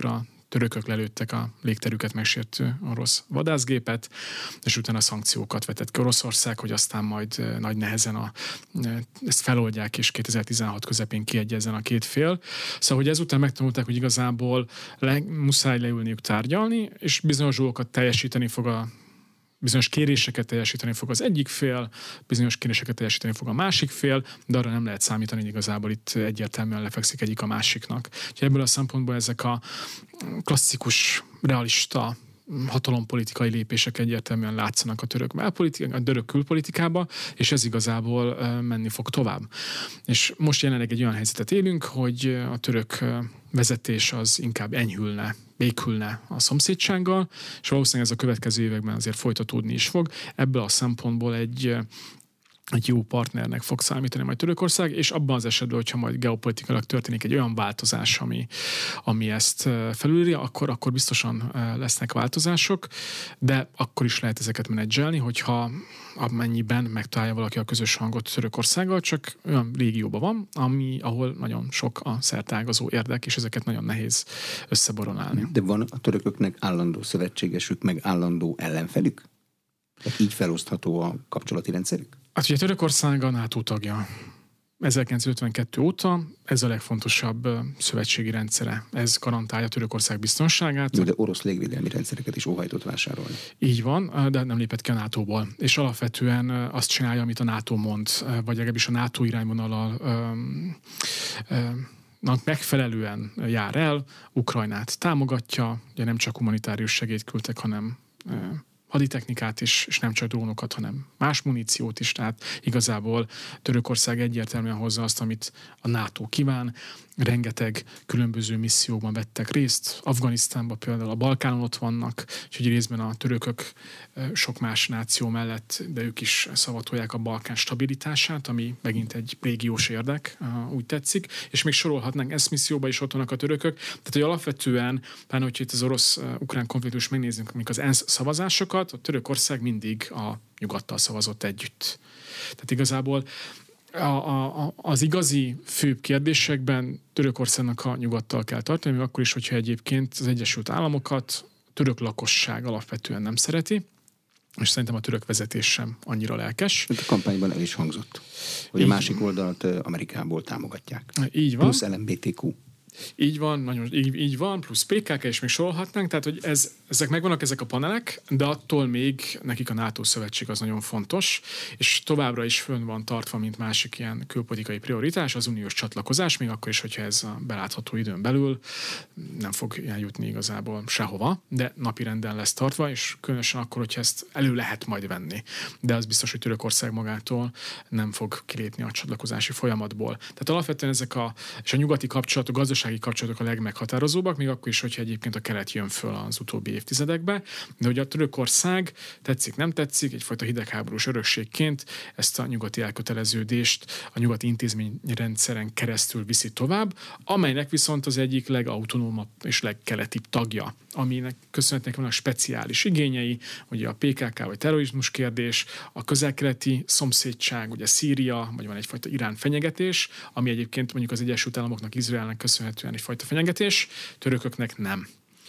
törökök lelőttek a légterüket megsértő orosz vadászgépet, és utána szankciókat vetett ki Oroszország, hogy aztán majd nagy nehezen ezt feloldják, és 2016 közepén kiegyezzen a két fél. Szóval, hogy ezután megtanulták, hogy igazából muszáj leülniük tárgyalni, és bizonyos dolgokat teljesíteni fog bizonyos kéréseket teljesíteni fog az egyik fél, bizonyos kéréseket teljesíteni fog a másik fél, de arra nem lehet számítani, hogy igazából itt egyértelműen lefekszik egyik a másiknak. Úgyhogy ebből a szempontból ezek a klasszikus, realista hatalompolitikai lépések egyértelműen látszanak a török külpolitikába, és ez igazából menni fog tovább. És most jelenleg egy olyan helyzetet élünk, hogy a török vezetés az inkább békülne a szomszédsággal, és valószínűleg ez a következő években azért folytatódni is fog. Ebből a szempontból egy jó partnernek fog számítani majd Törökország, és abban az esetben, hogyha majd geopolitikailag történik egy olyan változás, ami ezt felülírja, akkor biztosan lesznek változások, de akkor is lehet ezeket menedzselni, hogyha amennyiben megtalálja valaki a közös hangot Törökországgal, csak olyan régióban van, ahol nagyon sok a szerteágazó érdek, és ezeket nagyon nehéz összeboronálni. De van a törököknek állandó szövetségesük, meg állandó ellenfelük? Tehát így felosztható a kapcsolati rendszerük? Hát ugye Törökország a NATO tagja. 1952 óta ez a legfontosabb szövetségi rendszere. Ez garantálja Törökország biztonságát. Jó, de orosz légvédelmi rendszereket is óhajtott vásárolni. Így van, de nem lépett ki a NATO-ból. És alapvetően azt csinálja, amit a NATO mond, vagy legalábbis a NATO irányvonallal megfelelően jár el, Ukrajnát támogatja, ugye nem csak humanitárius segélyt küldtek, hanem haditechnikát is, és nem csak drónokat, hanem más muníciót is, tehát igazából Törökország egyértelműen hozza azt, amit a NATO kíván. Rengeteg különböző misszióban vettek részt, Afganisztánban például, a Balkánon ott vannak, úgyhogy részben a törökök sok más náció mellett, de ők is szavatolják a Balkán stabilitását, ami megint egy régiós érdek, úgy tetszik, és még sorolhatnánk ezt misszióba is ott vannak a törökök, tehát hogy alapvetően, pláne, hogyha itt az orosz-ukrán konfliktus megnézzünk, amik az ENSZ szavazásokat, a Törökország mindig a nyugattal szavazott együtt. Tehát igazából az igazi főbb kérdésekben Törökországnak a nyugattal kell tartani, még akkor is, hogyha egyébként az Egyesült Államokat a török lakosság alapvetően nem szereti, és szerintem a török vezetés sem annyira lelkes. A kampányban el is hangzott, hogy a másik oldalt Amerikából támogatják. Így van. Plusz LMBTQ. Így van, így van, plusz PKK, és még sorolhatnánk, tehát hogy ezek megvannak, ezek a panelek, de attól még nekik a NATO szövetség az nagyon fontos, és továbbra is fönn van tartva, mint másik ilyen külpolitikai prioritás, az uniós csatlakozás, még akkor is, hogyha ez a belátható időn belül nem fog eljutni igazából sehova, de napirenden lesz tartva, és különösen akkor, hogyha ezt elő lehet majd venni. De az biztos, hogy Törökország magától nem fog kilépni a csatlakozási folyamatból. Tehát alapvetően és a nyugati kapcsolatok, gazdasági kapcsolatok a legmeghatározóbbak, még akkor is, hogyha egyébként a kelet jön föl az utóbbi évtizedekbe, de hogy a Törökország tetszik, nem tetszik, egyfajta hidegháborús örökségként ezt a nyugati elköteleződést a nyugati intézményrendszeren keresztül viszi tovább, amelynek viszont az egyik legautonómabb és legkeletibb tagja, aminek köszönhetnek vannak speciális igényei, ugye a PKK vagy terrorizmus kérdés, a közel-keleti szomszédság, ugye Szíria, vagy van egyfajta Irán fenyegetés, ami egyébként mondjuk az Egyesült Államoknak, Izraelnek köszönhetően egyfajta fenyegetés, törököknek nem.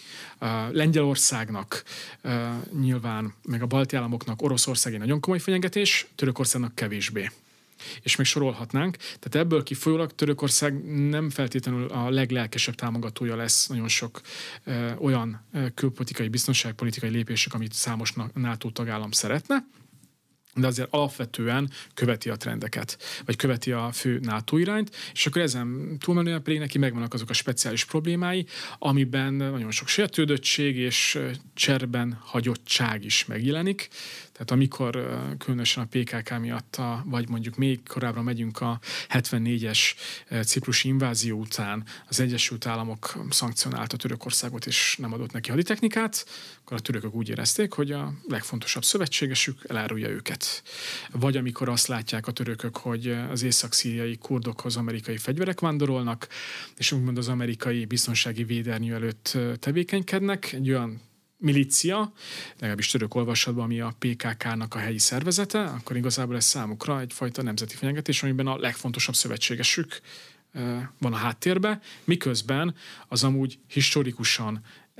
Lengyelországnak nyilván, meg a balti államoknak Oroszország egy nagyon komoly fenyegetés, Törökországnak kevésbé. És még sorolhatnánk. Tehát ebből kifolyólag Törökország nem feltétlenül a leglelkesebb támogatója lesz nagyon sok olyan külpolitikai, biztonságpolitikai lépések, amit számos NATO tagállam szeretne, de azért alapvetően követi a trendeket, vagy követi a fő NATO irányt, és akkor ezen túlmenően pedig neki megvannak azok a speciális problémái, amiben nagyon sok sértődöttség és cserben hagyottság is megjelenik. Tehát amikor különösen a PKK miatt, vagy mondjuk még korábbra megyünk a 74-es ciprusi invázió után az Egyesült Államok szankcionálta Törökországot és nem adott neki haditechnikát, akkor a törökök úgy érezték, hogy a legfontosabb szövetségesük elárulja őket. Vagy amikor azt látják a törökök, hogy az észak-szíriai kurdokhoz amerikai fegyverek vándorolnak, és úgymond az amerikai biztonsági védernyő előtt tevékenykednek, egy olyan milícia, legalábbis török olvasatban, ami a PKK-nak a helyi szervezete, akkor igazából ez számukra egyfajta nemzeti fenyegetés, amiben a legfontosabb szövetségesük van a háttérben, miközben az amúgy historikusan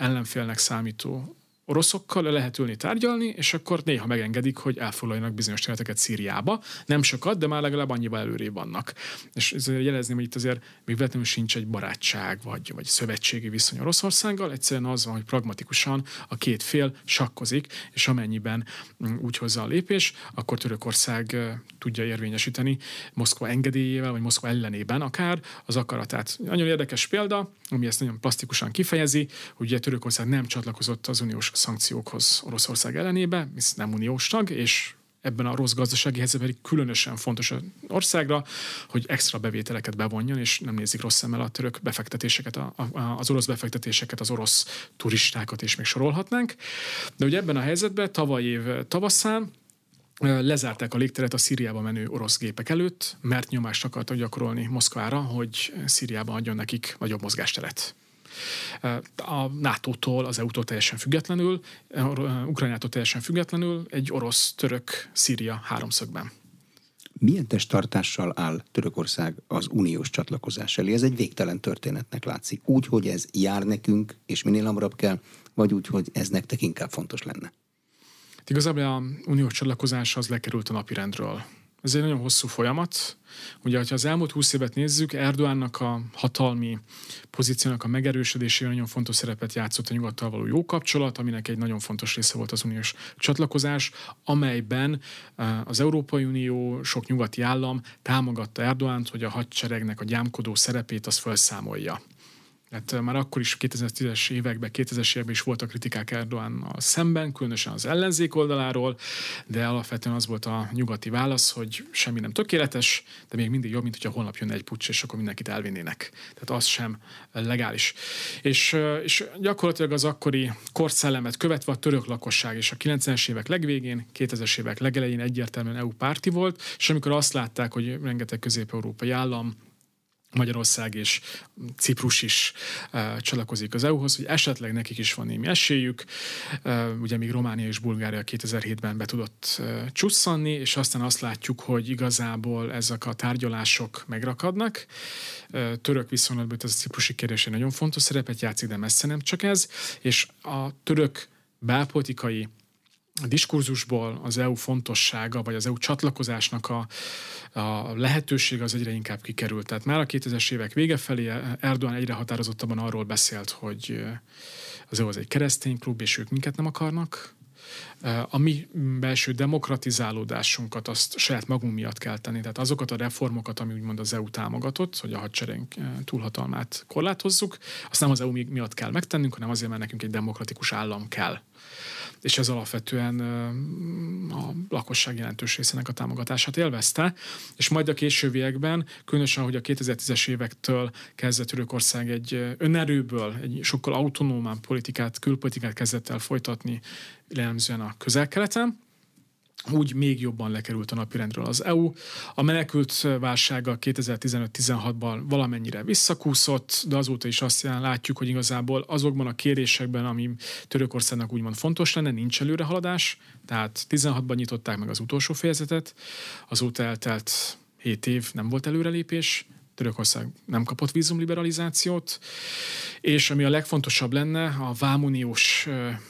ellenfélnek számító oroszokkal le lehet ülni tárgyalni, és akkor néha megengedik, hogy elfoglaljanak bizonyos területeket Szíriába. Nem sokat, de már legalább annyival előrébb vannak. És ezért jelezném, hogy itt azért még véletlenül sincs egy barátság, vagy szövetségi viszony Oroszországgal. Egyszerűen az van, hogy pragmatikusan a két fél sakkozik, és amennyiben úgy hozza a lépés, akkor Törökország tudja érvényesíteni Moszkva engedélyével, vagy Moszkva ellenében akár az akaratát. Nagyon érdekes példa, ami ezt nagyon plastikusan kifejezi, hogy ugye Törökország nem csatlakozott az uniós szankciókhoz Oroszország ellenébe, hisz nem uniós tag, és ebben a rossz gazdasági helyzetben pedig különösen fontos az országra, hogy extra bevételeket bevonjon, és nem nézik rossz szemmel a török befektetéseket, az orosz befektetéseket, az orosz turistákat is még sorolhatnánk. De ugye ebben a helyzetben tavaly év tavaszán lezárták a légteret a Szíriába menő orosz gépek előtt, mert nyomást akartak gyakorolni Moszkvára, hogy Szíriában adjon nekik nagyobb mozgásteret. A NATO-tól, az EU-tól teljesen függetlenül, Ukrajnától teljesen függetlenül egy orosz-török-Szíria háromszögben. Milyen testtartással áll Törökország az uniós csatlakozás elé? Ez egy végtelen történetnek látszik. Úgy, hogy ez jár nekünk, és minél hamarabb kell, vagy úgy, hogy ez nektek inkább fontos lenne? Igazából a uniós csatlakozás az lekerült a napirendről. Ez egy nagyon hosszú folyamat. Ugye, ha az elmúlt 20 évet nézzük, Erdoğannak a hatalmi pozíciónak a megerősödésében nagyon fontos szerepet játszott a nyugattal való jó kapcsolat, aminek egy nagyon fontos része volt az uniós csatlakozás, amelyben az Európai Unió, sok nyugati állam támogatta Erdoğant, hogy a hadseregnek a gyámkodó szerepét az felszámolja. Hát már akkor is 2010-es években, 2000-es években is voltak kritikák Erdoğannal szemben, különösen az ellenzék oldaláról, de alapvetően az volt a nyugati válasz, hogy semmi nem tökéletes, de még mindig jobb, mint hogyha holnap jönne egy puccs, és akkor mindenkit elvinnének. Tehát az sem legális. És gyakorlatilag az akkori korszellemet követve a török lakosság és a 90-es évek legvégén, 2000-es évek legelején egyértelműen EU párti volt, és amikor azt látták, hogy rengeteg közép-európai állam, Magyarország és Ciprus is csatlakozik az EU-hoz, hogy esetleg nekik is van némi esélyük. Ugye még Románia és Bulgária 2007-ben be tudott csusszanni, és aztán azt látjuk, hogy igazából ezek a tárgyalások megrakadnak. Török viszonylatban ez a ciprusi kérdés egy nagyon fontos szerepet játszik, de messze nem csak ez, és a török belpolitikai diskurzusból az EU fontossága, vagy az EU csatlakozásnak a lehetőség az egyre inkább kikerült. Tehát már a 2000-es évek vége felé Erdoğan egyre határozottabban arról beszélt, hogy az EU az egy keresztény klub, és ők minket nem akarnak. A mi belső demokratizálódásunkat azt saját magunk miatt kell tenni. Tehát azokat a reformokat, ami úgymond az EU támogatott, hogy a hadsereg túlhatalmát korlátozzuk, azt nem az EU miatt kell megtennünk, hanem azért, mert nekünk egy demokratikus állam kell. És ez alapvetően a lakosság jelentős részének a támogatását élvezte, és majd a későbbiekben, különösen, hogy a 2010-es évektől kezdett Törökország egy önerőből, egy sokkal autonómabb külpolitikát kezdett el folytatni, jellemzően a Közel-Keleten, úgy még jobban lekerült a napirendről az EU. A menekült válsága 2015-16-ban valamennyire visszakúszott, de azóta is azt látjuk, hogy igazából azokban a kérésekben, ami Törökországnak úgymond fontos lenne, nincs előrehaladás. Tehát 16-ban nyitották meg az utolsó fejezetet, azóta eltelt 7 év, nem volt előrelépés, Törökország nem kapott vízumliberalizációt, és ami a legfontosabb lenne, a vámuniós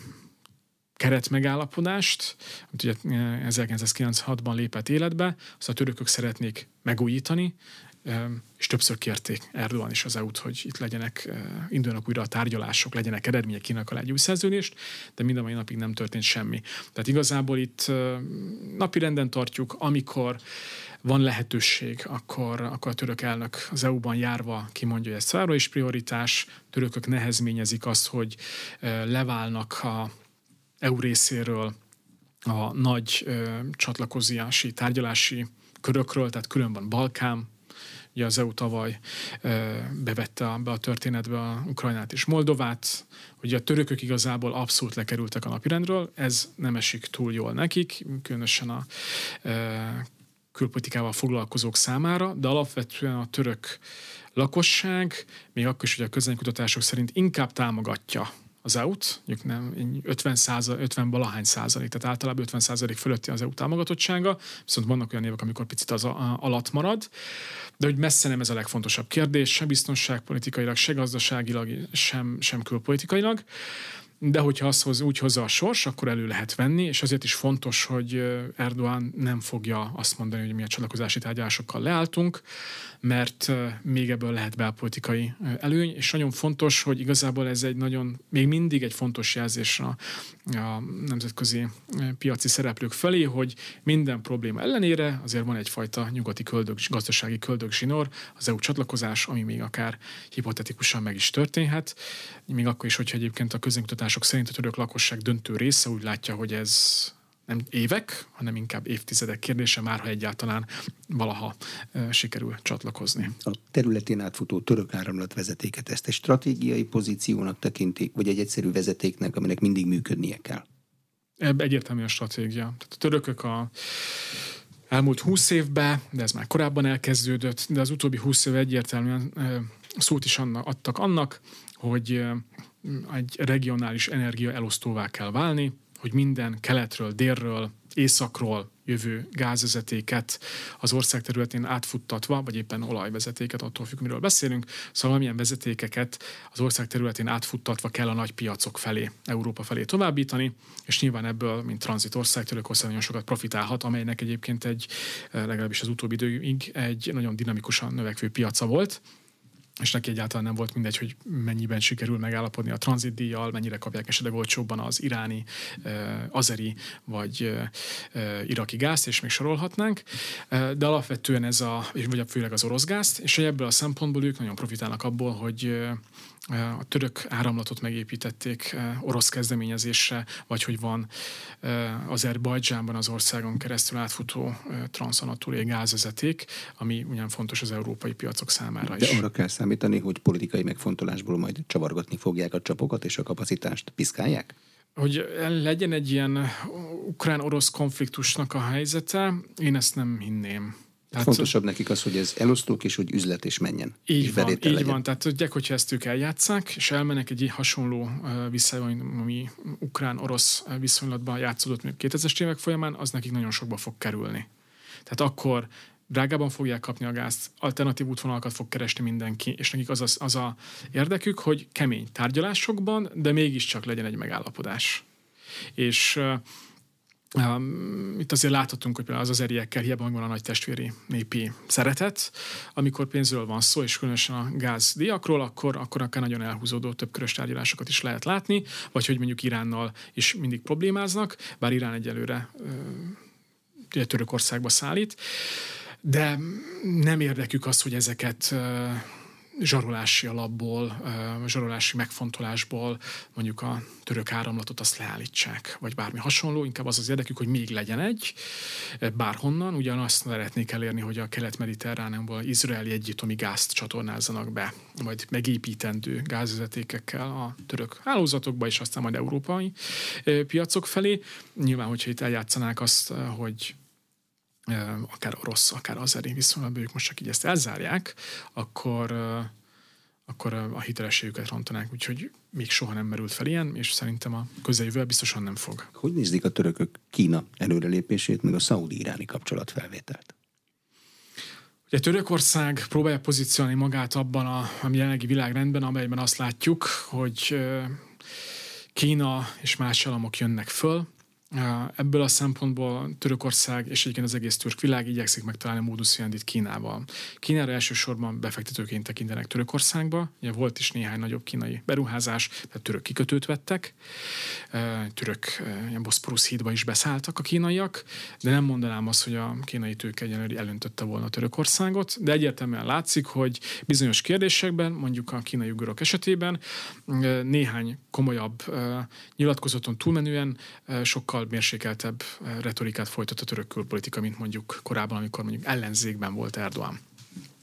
keretmegállapodást, amit ugye 1996-ban lépett életbe, azt a törökök szeretnék megújítani, és többször kérték Erdoğan és az EU-t, hogy itt induljanak újra a tárgyalások, legyenek eredmények, kínálnak alá egy új szerződést, de mind a mai napig nem történt semmi. Tehát igazából itt napirenden tartjuk, amikor van lehetőség, akkor a török elnök az EU-ban járva kimondja, hogy ez továbbra is prioritás, törökök nehezményezik azt, hogy leválnak a EU részéről a nagy csatlakozási, tárgyalási körökről, tehát külön van Balkán, ugye az EU tavaly bevette be a történetbe a Ukrajnát és Moldovát, ugye a törökök igazából abszolút lekerültek a napirendről, ez nem esik túl jól nekik, különösen a külpolitikával foglalkozók számára, de alapvetően a török lakosság, még akkor is, hogy a közvéleménykutatások szerint inkább támogatja az EU-t, mondjuk 50 valahány százalék, tehát általában 50% fölötti az EU támogatottsága, viszont vannak olyan évek, amikor picit az alatt marad, de hogy messze nem ez a legfontosabb kérdés, se biztonságpolitikailag, se gazdaságilag, sem külpolitikailag. De hogyha azt úgy hozza a sors, akkor elő lehet venni, és azért is fontos, hogy Erdoğan nem fogja azt mondani, hogy mi a csatlakozási tárgyalásokkal leálltunk, mert még ebből lehet belpolitikai előny, és nagyon fontos, hogy igazából ez még mindig egy fontos jelzés a nemzetközi piaci szereplők felé, hogy minden probléma ellenére azért van egyfajta nyugati gazdasági köldögzsinór, az EU csatlakozás, ami még akár hipotetikusan meg is történhet, még akkor is, hogyha egyébként a közönkutatások szerint a török lakosság döntő része úgy látja, hogy ez nem évek, hanem inkább évtizedek kérdése már, ha egyáltalán valaha sikerül csatlakozni. A területén átfutó török áramlatvezetéket ezt egy stratégiai pozíciónak tekintik, vagy egy egyszerű vezetéknek, aminek mindig működnie kell? Egyértelmű a stratégia. Tehát a törökök elmúlt 20 évben, de ez már korábban elkezdődött, de az utóbbi 20 év egyértelműen szót is adtak annak, hogy egy regionális energia elosztóvá kell válni, hogy minden keletről, délről, északról jövő gázvezetéket az ország területén átfuttatva, vagy éppen olajvezetéket, attól függ, miről beszélünk, szóval valamilyen vezetékeket az ország területén átfuttatva kell a nagy piacok felé, Európa felé továbbítani, és nyilván ebből, mint tranzitország, Törökország nagyon sokat profitálhat, amelynek egyébként legalábbis az utóbbi időig egy nagyon dinamikusan növekvő piaca volt, és neki egyáltalán nem volt mindegy, hogy mennyiben sikerül megállapodni a tranzitdíjjal, mennyire kapják esetleg olcsóbban az iráni, azeri vagy iraki gázt, és még sorolhatnánk. De alapvetően vagy főleg az orosz gázt, és ebből a szempontból ők nagyon profitálnak abból, hogy a török áramlatot megépítették orosz kezdeményezésre, vagy hogy van Azerbajdzsánban az országon keresztül átfutó transzanatóliai gázvezeték, ami ugyan fontos az európai piacok számára is. De arra kell számítani, hogy politikai megfontolásból majd csavargatni fogják a csapokat és a kapacitást piszkálják? Hogy legyen egy ilyen ukrán-orosz konfliktusnak a helyzete, én ezt nem hinném. Tehát fontosabb nekik az, hogy ez elosztók, és hogy üzlet is menjen. Így van. Tehát tudják, hogyha ezt ők eljátszák, és elmennek egy hasonló viszonyban, ami ukrán-orosz viszonylatban játszódott még 2000-es évek folyamán, az nekik nagyon sokba fog kerülni. Tehát akkor drágában fogják kapni a gázt, alternatív útvonalakat fog keresni mindenki, és nekik az a érdekük, hogy kemény tárgyalásokban, de mégiscsak legyen egy megállapodás. És itt azért láthatunk, hogy például az azeriekkel hiába megvan a nagy testvéri népi szeretet, amikor pénzről van szó, és különösen a gázdíjakról, akkor akár nagyon elhúzódó többkörös tárgyalásokat is lehet látni, vagy hogy mondjuk Iránnal is mindig problémáznak, bár Irán egyelőre Törökországba szállít, de nem érdekük az, hogy ezeket zsarolási alapból, zsarolási megfontolásból mondjuk a török áramlatot azt leállítsák, vagy bármi hasonló, inkább az érdekük, hogy még legyen egy, bárhonnan, ugyanazt szeretnék elérni, hogy a kelet-mediterráneumból izraeli egyiptomi gázt csatornázzanak be, majd megépítendő gázvezetékekkel a török hálózatokba, és aztán majd európai piacok felé. Nyilván, hogyha itt eljátszanák azt, hogy akár orosz, akár azeri viszonylatban ők most csak így ezt elzárják, akkor a hitelességüket rontanák, úgyhogy még soha nem merült fel ilyen, és szerintem a közeljövőben biztosan nem fog. Hogy nézik a törökök Kína előrelépését, meg a szaudi-iráni kapcsolatfelvételt? Ugye Törökország próbálja pozícionálni magát abban a jelenlegi világrendben, amelyben azt látjuk, hogy Kína és más államok jönnek föl. Ebből a szempontból Törökország és egyébként az egész türk világ igyekszik megtalálni a modus vivendi Kínával. Kínára elsősorban befektetőként tekintenek Törökországba. Ugye volt is néhány nagyobb kínai beruházás, tehát török kikötőt vettek. Török Boszporusz hídba is beszálltak a kínaiak, de nem mondanám azt, hogy a kínai tőke egyenlően elöntötte volna a Törökországot, de egyértelműen látszik, hogy bizonyos kérdésekben, mondjuk a kínai ugorok esetében néhány komolyabb nyilatkozaton túlmenően sokkal mérsékeltebb retorikát folytat a török külpolitika, mint mondjuk korábban, amikor mondjuk ellenzékben volt Erdoğan.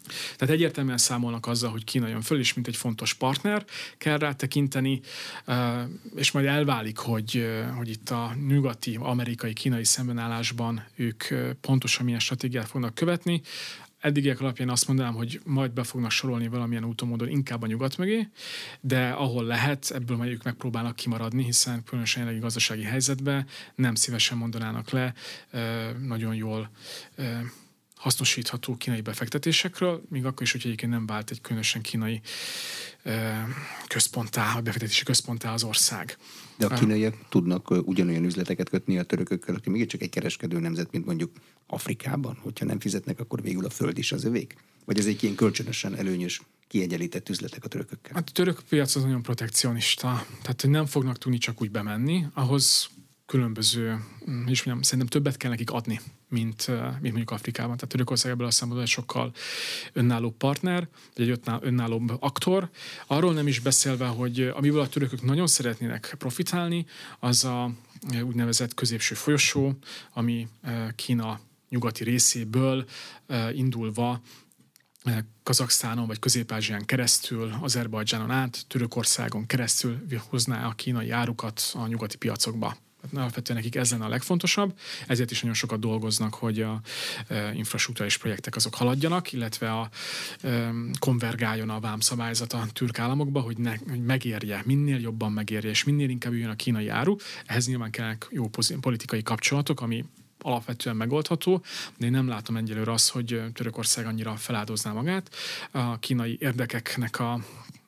Tehát egyértelműen számolnak azzal, hogy Kína jön föl, és mint egy fontos partner kell rá tekinteni, és majd elválik, hogy itt a nyugati, amerikai, kínai szembenállásban ők pontosan milyen stratégiát fognak követni. Eddigiek alapján azt mondanám, hogy majd be fognak sorolni valamilyen úton, módon inkább a nyugat mögé, de ahol lehet, ebből majd ők megpróbálnak kimaradni, hiszen különösen jelenlegi gazdasági helyzetben nem szívesen mondanának le nagyon jól hasznosítható kínai befektetésekről, még akkor is, hogy egyébként nem vált egy különösen kínai központtá, vagy befektetési központtá az ország. De a kínaiak tudnak ugyanolyan üzleteket kötni a törökökkel, aki mégiscsak egy kereskedő nemzet, mint mondjuk Afrikában, hogyha nem fizetnek, akkor végül a föld is az övék? Vagy ez egy ilyen kölcsönösen előnyös, kiegyenlített üzletek a törökökkel? Hát a török piac az nagyon protekcionista, tehát hogy nem fognak tudni csak úgy bemenni, ahhoz különböző, és mondjam, szerintem többet kell nekik adni, mint mondjuk Afrikában. Tehát Törökország ebből a szempontból egy sokkal önállóbb partner, vagy egy önállóbb aktor. Arról nem is beszélve, hogy amiből a törökök nagyon szeretnének profitálni, az a úgynevezett középső folyosó, ami Kína nyugati részéből indulva Kazaksztánon vagy Közép-Ázsián keresztül, Azerbajdzsánon át, Törökországon keresztül hozná a kínai árukat a nyugati piacokba. Alapvetően nekik ez lenne a legfontosabb, ezért is nagyon sokat dolgoznak, hogy a infrastruktúrális projektek azok haladjanak, illetve konvergáljon a vámszabályzat a türk államokba, hogy megérje, minél jobban megérje, és minél inkább jön a kínai áru. Ehhez nyilván kellene jó politikai kapcsolatok, ami alapvetően megoldható, de én nem látom egyelőre azt, hogy Törökország annyira feláldozná magát a kínai érdekeknek a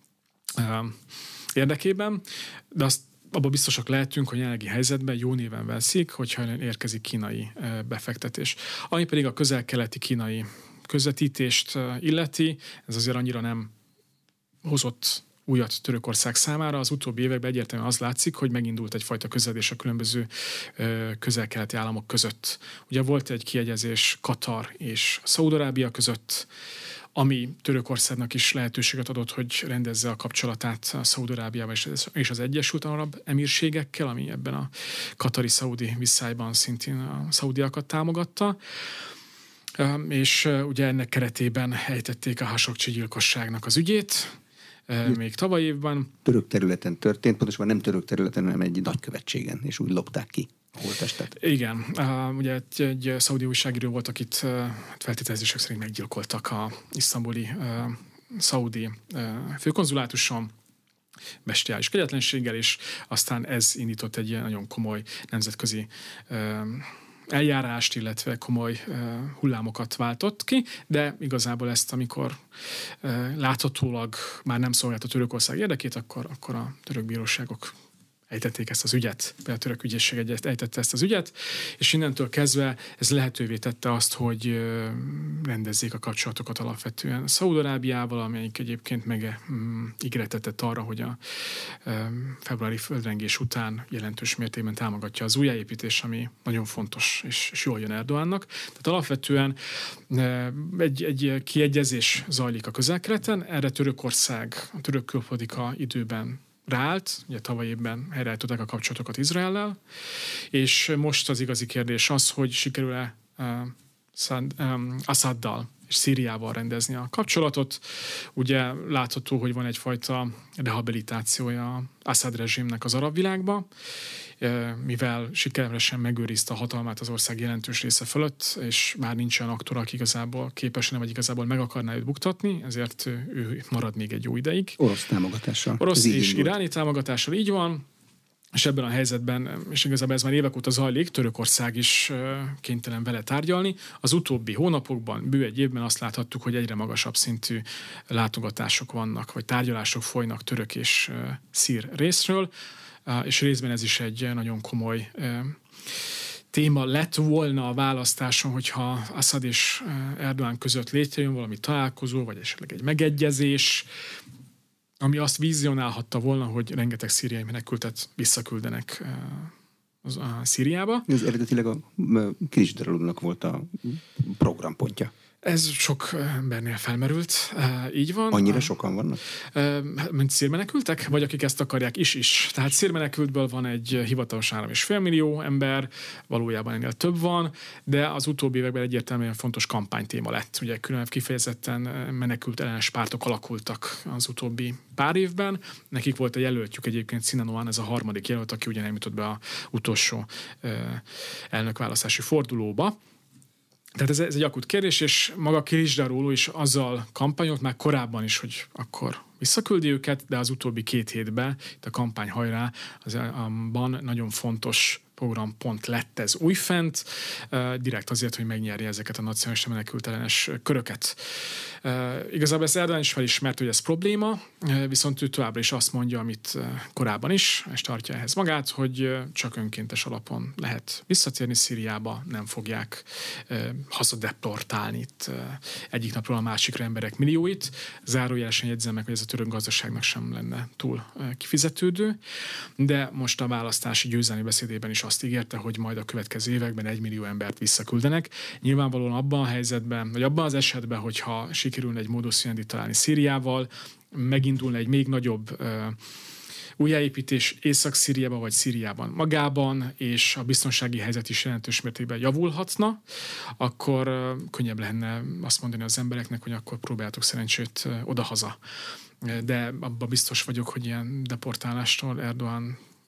érdekében, de azt abban biztosak lehetünk, hogy jelenlegi helyzetben jó néven veszik, hogyha érkezik kínai befektetés. Ami pedig a közel-keleti kínai közvetítést illeti, ez azért annyira nem hozott újat Törökország számára. Az utóbbi években egyértelműen az látszik, hogy megindult egyfajta közeledés a különböző közel-keleti államok között. Ugye volt egy kiegyezés Katar és Szaúd-Arábia között, ami Törökországnak is lehetőséget adott, hogy rendezze a kapcsolatát a Szaúd-Arábiával és az Egyesült Arab Emírségekkel, ami ebben a katari-szaudi viszályban szintén a szaudiakat támogatta. És ugye ennek keretében ejtették a Hasogcsi gyilkosságnak az ügyét, még tavaly évben. Török területen történt, pontosan nem török területen, hanem egy nagykövetségen, és úgy lopták ki a holttestet. Igen, ugye egy szaudi újságíró volt, akit feltételezések szerint meggyilkoltak a isztambuli szaudi főkonzulátuson, bestiális kegyetlenséggel, és aztán ez indított egy ilyen nagyon komoly nemzetközi eljárást, illetve komoly hullámokat váltott ki, de igazából ezt, amikor láthatólag már nem szolgált a Törökország érdekét, akkor a török bíróságok ejtették ezt az ügyet, például a török ügyészség ejtette ezt az ügyet, és innentől kezdve ez lehetővé tette azt, hogy rendezzék a kapcsolatokat alapvetően Szaúd-Arábiával, amelyik egyébként ígéretet arra, hogy a februári földrengés után jelentős mértékben támogatja az újjáépítés, ami nagyon fontos és jól jön Erdoğannak. Tehát alapvetően egy kiegyezés zajlik a közel-keleten, erre Törökország, a török külpolitika időben ráállt, ugye tavaly évben helyreállították a kapcsolatokat Izraellel, és most az igazi kérdés az, hogy sikerül-e Assaddal és Szíriával rendezni a kapcsolatot. Ugye látható, hogy van egyfajta rehabilitációja Assad rezsimnek az arab világba, mivel sikeresen megőrizte a hatalmát az ország jelentős része fölött, és már nincs olyan aktor, aki igazából képes, vagy igazából meg akarná őt buktatni, ezért ő marad még egy jó ideig. Orosz támogatással. Orosz és iráni támogatással, így van. És ebben a helyzetben, és igazából ez már évek óta zajlik, Törökország is kénytelen vele tárgyalni. Az utóbbi hónapokban, bő egy évben azt láthattuk, hogy egyre magasabb szintű látogatások vannak, vagy tárgyalások folynak török és szír részről, és részben ez is egy nagyon komoly téma lett volna a választáson, hogyha Assad és Erdoğan között létrejön valami találkozó, vagy esetleg egy megegyezés, ami azt vizionálhatta volna, hogy rengeteg szíriai menekültet visszaküldenek a Szíriába. Ez eredetileg a Kilic-Darulnak volt a programpontja. Ez sok embernél felmerült, így van. Annyira sokan vannak? Mint szírmenekültek, vagy akik ezt akarják is. Tehát szírmenekültből van egy hivatalos 3,5 millió ember, valójában ennél több van, de az utóbbi években egyértelműen fontos kampánytéma lett. Ugye különösen kifejezetten menekült ellenes pártok alakultak az utóbbi pár évben. Nekik volt a jelöltjük egyébként Sinan Oğan, ez a harmadik jelölt, aki ugye nem jutott be az utolsó elnökválasztási fordulóba. Tehát ez egy akut kérdés, és maga Kiliçdaroğlu is azzal kampányolt már korábban is, hogy akkor visszaküldi őket, de az utóbbi 2 hétben, itt a kampány hajrá, azban nagyon fontos programpont lett ez újfent, direkt azért, hogy megnyerje ezeket a nacionalista menekültellenes köröket. Igazából ezt Erdoğan is felismert, hogy ez probléma, viszont ő továbbra is azt mondja, amit korábban is, és tartja ehhez magát, hogy csak önkéntes alapon lehet visszatérni Szíriába, nem fogják hazadeportálni itt egyik napról a másikra emberek millióit. Zárójelesen jegyzem meg, hogy ez a török gazdaságnak sem lenne túl kifizetődő, de most a választási győzelmi beszédében is azt ígérte, hogy majd a következő években 1 millió embert visszaküldenek. Nyilvánvalóan abban a helyzetben, vagy abban az esetben, hogyha sikerülne egy módus vivendi találni Szíriával, megindulna egy még nagyobb újjáépítés Észak-Szíriában vagy Szíriában magában, és a biztonsági helyzet is jelentős mértékben javulhatna, akkor könnyebb lenne azt mondani az embereknek, hogy akkor próbáljátok szerencsét odahaza. De abban biztos vagyok, hogy ilyen deportálástól Erdoğan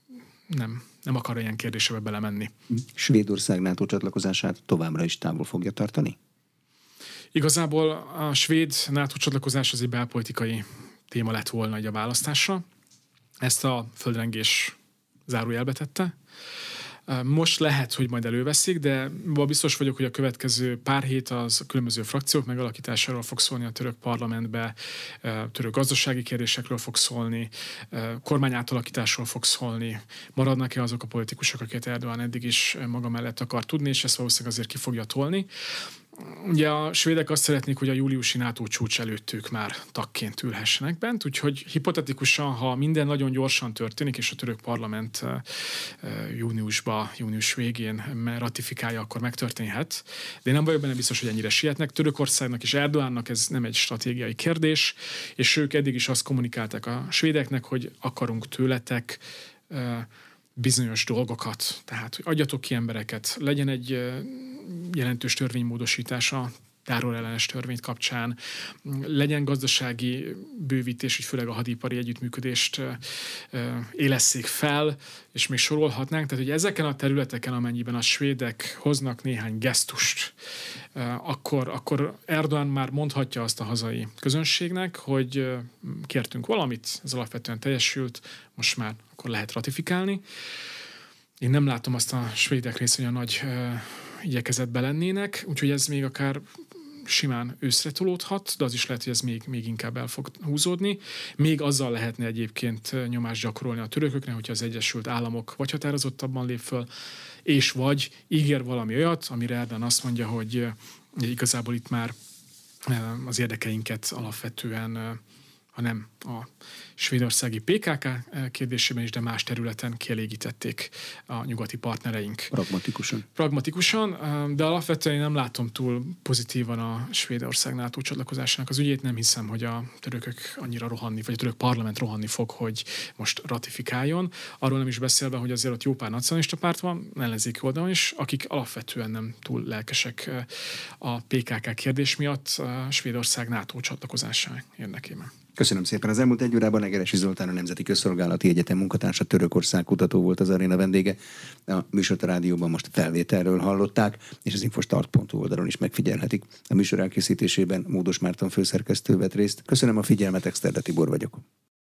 nem akar ilyen kérdésébe belemenni. Svédország NATO csatlakozását továbbra is távol fogja tartani? Igazából a svéd NATO csatlakozás az egy belpolitikai téma lett volna egy a választásra. Ezt a földrengés zárójelbe tette. Most lehet, hogy majd előveszik, de biztos vagyok, hogy a következő pár hét az a különböző frakciók megalakításáról fog szólni a török parlamentbe, török gazdasági kérdésekről fog szólni, kormányátalakításról fog szólni, maradnak-e azok a politikusok, akiket Erdoğan eddig is maga mellett akar tudni, és ezt valószínűleg azért ki fogja tolni. Ugye a svédek azt szeretnék, hogy a júliusi NATO csúcs előtt ők már tagként ülhessenek bent, úgyhogy hipotetikusan, ha minden nagyon gyorsan történik, és a török parlament június végén ratifikálja, akkor megtörténhet. De én nem vagyok benne biztos, hogy ennyire sietnek. Törökországnak és Erdoğannak ez nem egy stratégiai kérdés, és ők eddig is azt kommunikálták a svédeknek, hogy akarunk tőletek bizonyos dolgokat, tehát hogy adjatok ki embereket, legyen egy jelentős törvénymódosítás a terrorellenes törvény kapcsán, legyen gazdasági bővítés, így főleg a hadipari együttműködést élesszék fel, és még sorolhatnánk. Tehát, hogy ezeken a területeken, amennyiben a svédek hoznak néhány gesztust, akkor Erdoğan már mondhatja azt a hazai közönségnek, hogy kértünk valamit, ez alapvetően teljesült, most már akkor lehet ratifikálni. Én nem látom azt a svédek részt, hogy a nagy igyekezetben lennének, úgyhogy ez még akár simán őszre tolódhat, de az is lehet, hogy ez még inkább el fog húzódni. Még azzal lehetne egyébként nyomást gyakorolni a törököknek, hogyha az Egyesült Államok vagy határozottabban lép föl, és vagy ígér valami olyat, amire Erdoğan azt mondja, hogy igazából itt már az érdekeinket alapvetően, hanem a svédországi PKK kérdésében is, de más területen kielégítették a nyugati partnereink. Pragmatikusan, de alapvetően én nem látom túl pozitívan a Svédország NATO csatlakozásának az ügyét. Nem hiszem, hogy a törökök annyira rohanni, vagy a török parlament rohanni fog, hogy most ratifikáljon. Arról nem is beszélve, hogy azért ott jó pár nacionalista párt van, ellenzéki oldalon is, akik alapvetően nem túl lelkesek a PKK kérdés miatt a Svédország NATO csatlakozásának érdekében. Köszönöm szépen. Az elmúlt 1 órában Egeresi Zoltán, a Nemzeti Közszolgálati Egyetem munkatársa, Törökország kutató volt az aréna vendége. A műsort a rádióban most felvételről hallották, és az infostart.hu oldalon is megfigyelhetik. A műsor elkészítésében Módos Márton főszerkesztő vett részt. Köszönöm a figyelmet, Exterde Tibor vagyok.